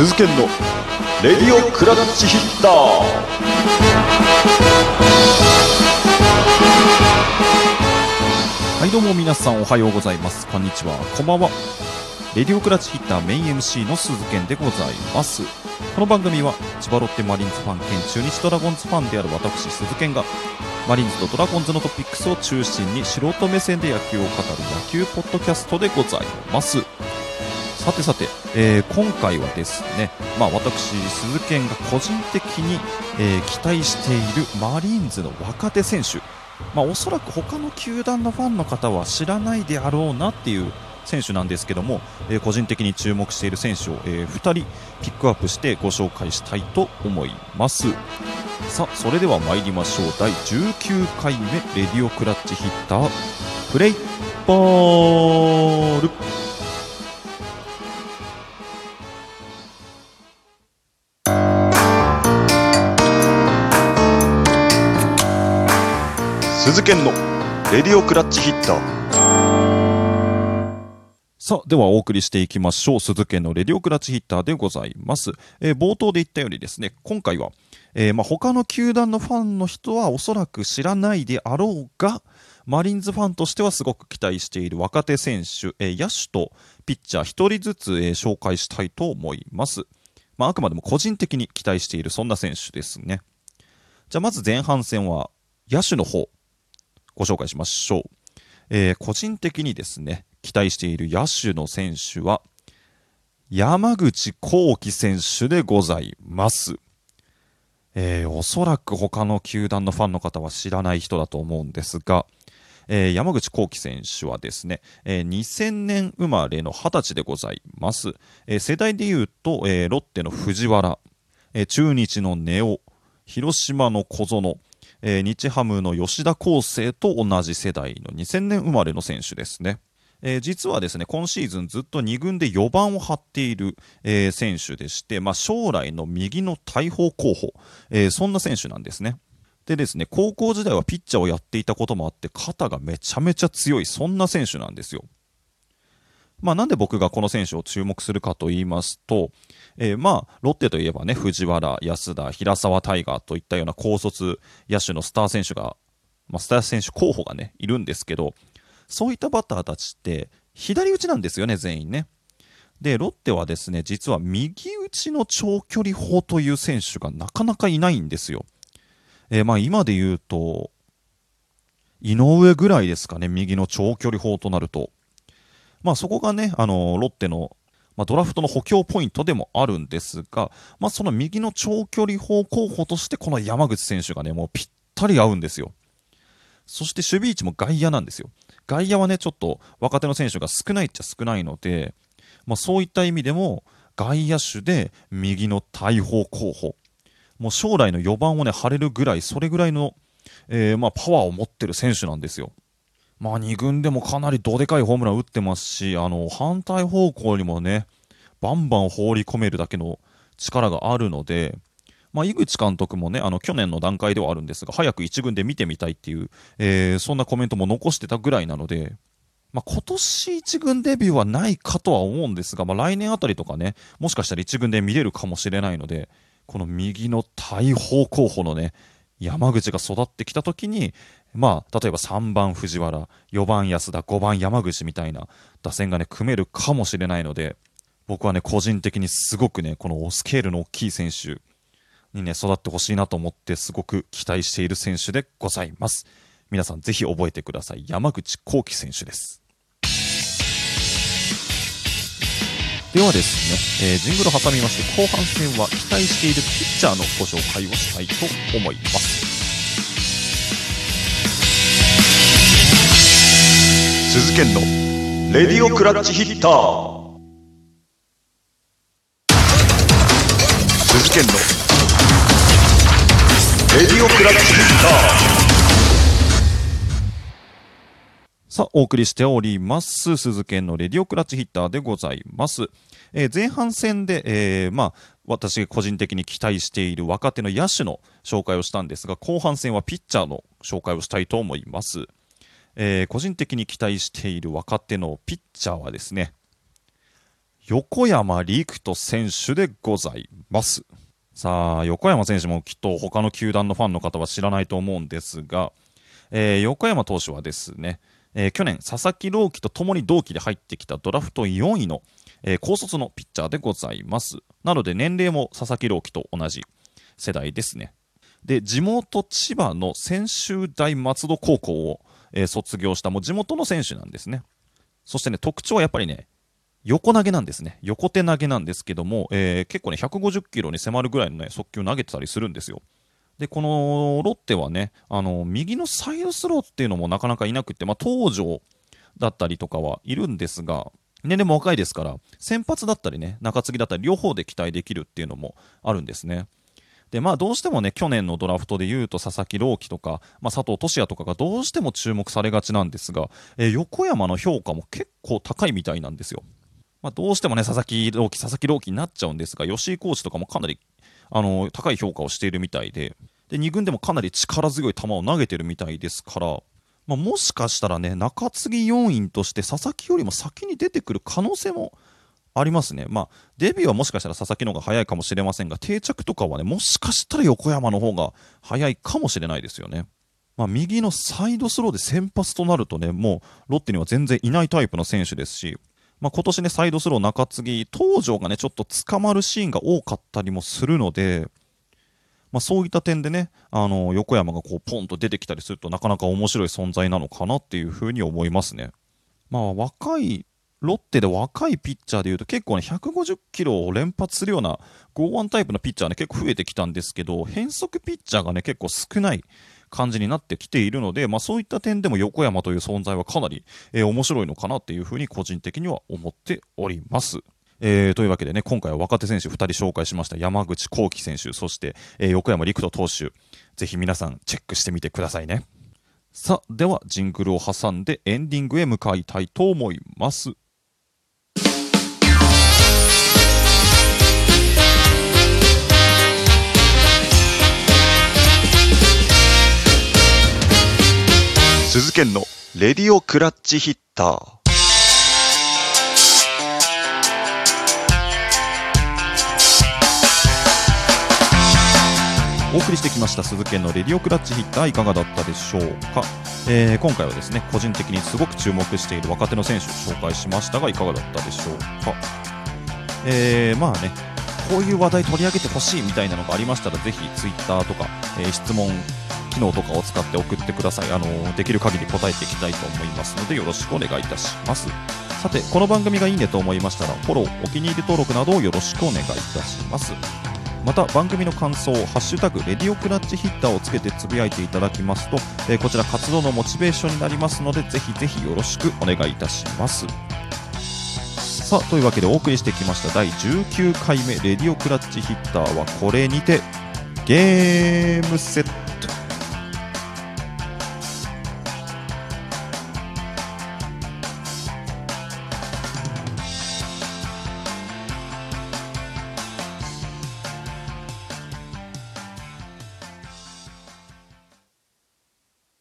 鈴研のレディオクラッチヒッター。はい、どうも皆さんおはようございます。こんにちは、こんばんは。レディオクラッチヒッターメイン MC の鈴研でございます。この番組は千葉ロッテマリーンズファン兼中日ドラゴンズファンである私鈴研がマリーンズとドラゴンズのトピックスを中心に素人目線で野球を語る野球ポッドキャストでございます。さて、今回はですね、私鈴研が個人的に、期待しているマリーンズの若手選手、おそらく他の球団のファンの方は知らないであろうなっていう選手なんですけども、個人的に注目している選手を、2人ピックアップしてご紹介したいと思います。さあ、それでは参りましょう。第19回目レディオクラッチヒッタープレイボール。鈴研のレディオクラッチヒッター。さあ、ではお送りしていきましょう。鈴研のレディオクラッチヒッターでございます。冒頭で言ったようにですね、今回は、他の球団のファンの人はおそらく知らないであろうが、マリーンズファンとしてはすごく期待している若手選手、野手とピッチャー一人ずつ、紹介したいと思います。あくまでも個人的に期待しているそんな選手ですね。じゃあまず前半戦は野手の方ご紹介しましょう。個人的にですね、期待している野手の選手は山口航輝選手でございます。おそらく他の球団のファンの方は知らない人だと思うんですが、山口航輝選手はですね、2000年生まれの20歳でございます。世代でいうと、ロッテの藤原、中日の根尾、広島の小園、日ハムの吉田康生と同じ世代の2000年生まれの選手ですね。実はですね、今シーズンずっと2軍で4番を張っている、選手でして、将来の右の大砲候補、そんな選手なんですね。でですね、高校時代はピッチャーをやっていたこともあって肩がめちゃめちゃ強い、そんな選手なんですよ。なんで僕がこの選手を注目するかと言いますと、ロッテといえばね、藤原、安田、平沢タイガーといったような高卒野手のスター選手が、スター選手候補がね、いるんですけど、そういったバッターたちって左打ちなんですよね、全員ね。で、ロッテはですね、実は右打ちの長距離砲という選手がなかなかいないんですよ。今で言うと、井上ぐらいですかね、右の長距離砲となると。そこがね、ロッテの、ドラフトの補強ポイントでもあるんですが、その右の長距離砲候補としてこの山口選手がね、もうぴったり合うんですよ。そして守備位置も外野なんですよ。外野はね、ちょっと若手の選手が少ないっちゃ少ないので、そういった意味でも外野手で右の大砲候補、もう将来の4番をね張れるぐらい、それぐらいの、パワーを持ってる選手なんですよ。2軍でもかなりどでかいホームラン打ってますし、反対方向にもねバンバン放り込めるだけの力があるので、井口監督もね、去年の段階ではあるんですが、早く一軍で見てみたいっていう、そんなコメントも残してたぐらいなので、今年一軍デビューはないかとは思うんですが、来年あたりとかね、もしかしたら一軍で見れるかもしれないので、この右の大砲候補のね、山口が育ってきたときに、例えば3番藤原、4番安田、5番山口みたいな打線がね、組めるかもしれないので、僕はね、個人的にすごくね、このスケールの大きい選手にね、育ってほしいなと思って、すごく期待している選手でございます。皆さんぜひ覚えてください。山口航輝選手です。ではですね、ジングルを挟みまして、後半戦は期待しているピッチャーのご紹介をしたいと思います。鈴研のレディオクラッチヒッター。鈴研のレディオクラッチヒッター。さあ、お送りしております鈴研のレディオクラッチヒッターでございます。前半戦で、私が個人的に期待している若手の野手の紹介をしたんですが、後半戦はピッチャーの紹介をしたいと思います。個人的に期待している若手のピッチャーはですね、 横山陸斗選手でございます。さあ、横山選手もきっと他の球団のファンの方は知らないと思うんですが、横山投手はですね、去年佐々木朗希と共に同期で入ってきたドラフト4位の、高卒のピッチャーでございます。なので年齢も佐々木朗希と同じ世代ですね。で、地元千葉の専修大松戸高校を、卒業したもう地元の選手なんですね。そしてね、特徴はやっぱりね、横投げなんですね。横手投げなんですけども、結構ね、150キロに迫るぐらいのね、速球投げてたりするんですよ。で、このロッテはね、右のサイドスローっていうのもなかなかいなくて、東條だったりとかはいるんですが、年齢も若いですから、先発だったりね、中継ぎだったり、両方で期待できるっていうのもあるんですね。で、どうしてもね、去年のドラフトでいうと、佐々木朗希とか、佐藤俊哉とかがどうしても注目されがちなんですが、横山の評価も結構高いみたいなんですよ。どうしてもね、佐々木朗希になっちゃうんですが、吉井コーチとかもかなり高い評価をしているみたいで、2軍でもかなり力強い球を投げてるみたいですから、もしかしたらね、中継ぎ要員として佐々木よりも先に出てくる可能性もありますね。デビューはもしかしたら佐々木の方が早いかもしれませんが、定着とかはね、もしかしたら横山の方が早いかもしれないですよね。右のサイドスローで先発となるとね、もうロッテには全然いないタイプの選手ですし、今年ね、サイドスロー中継ぎ、東條がね、ちょっと捕まるシーンが多かったりもするので、そういった点でね、横山がこうポンと出てきたりするとなかなか面白い存在なのかなっていうふうに思いますね。ロッテで若いピッチャーでいうと結構ね、150キロを連発するような剛腕タイプのピッチャーね、結構増えてきたんですけど、変則ピッチャーがね、結構少ない感じになってきているので、そういった点でも横山という存在はかなり、面白いのかなっていうふうに個人的には思っております。というわけでね、今回は若手選手2人紹介しました。山口航輝選手、そして、横山陸斗投手、ぜひ皆さんチェックしてみてくださいね。さあ、ではジングルを挟んでエンディングへ向かいたいと思います。鈴研のレディオクラッチヒッター。お送りしてきました鈴研のレディオクラッチヒッター、いかがだったでしょうか。今回はですね、個人的にすごく注目している若手の選手を紹介しましたが、いかがだったでしょうか。こういう話題取り上げてほしいみたいなのがありましたら、ぜひツイッターとか、質問機能とかを使って送ってください。できる限り答えていきたいと思いますので、よろしくお願いいたします。さて、この番組がいいねと思いましたら、フォロー、お気に入り登録などをよろしくお願いいたします。また番組の感想をハッシュタグレディオクラッチヒッターをつけてつぶやいていただきますと、こちら活動のモチベーションになりますので、ぜひぜひよろしくお願いいたします。さあ、というわけでお送りしてきました第19回目レディオクラッチヒッターはこれにてゲームセット。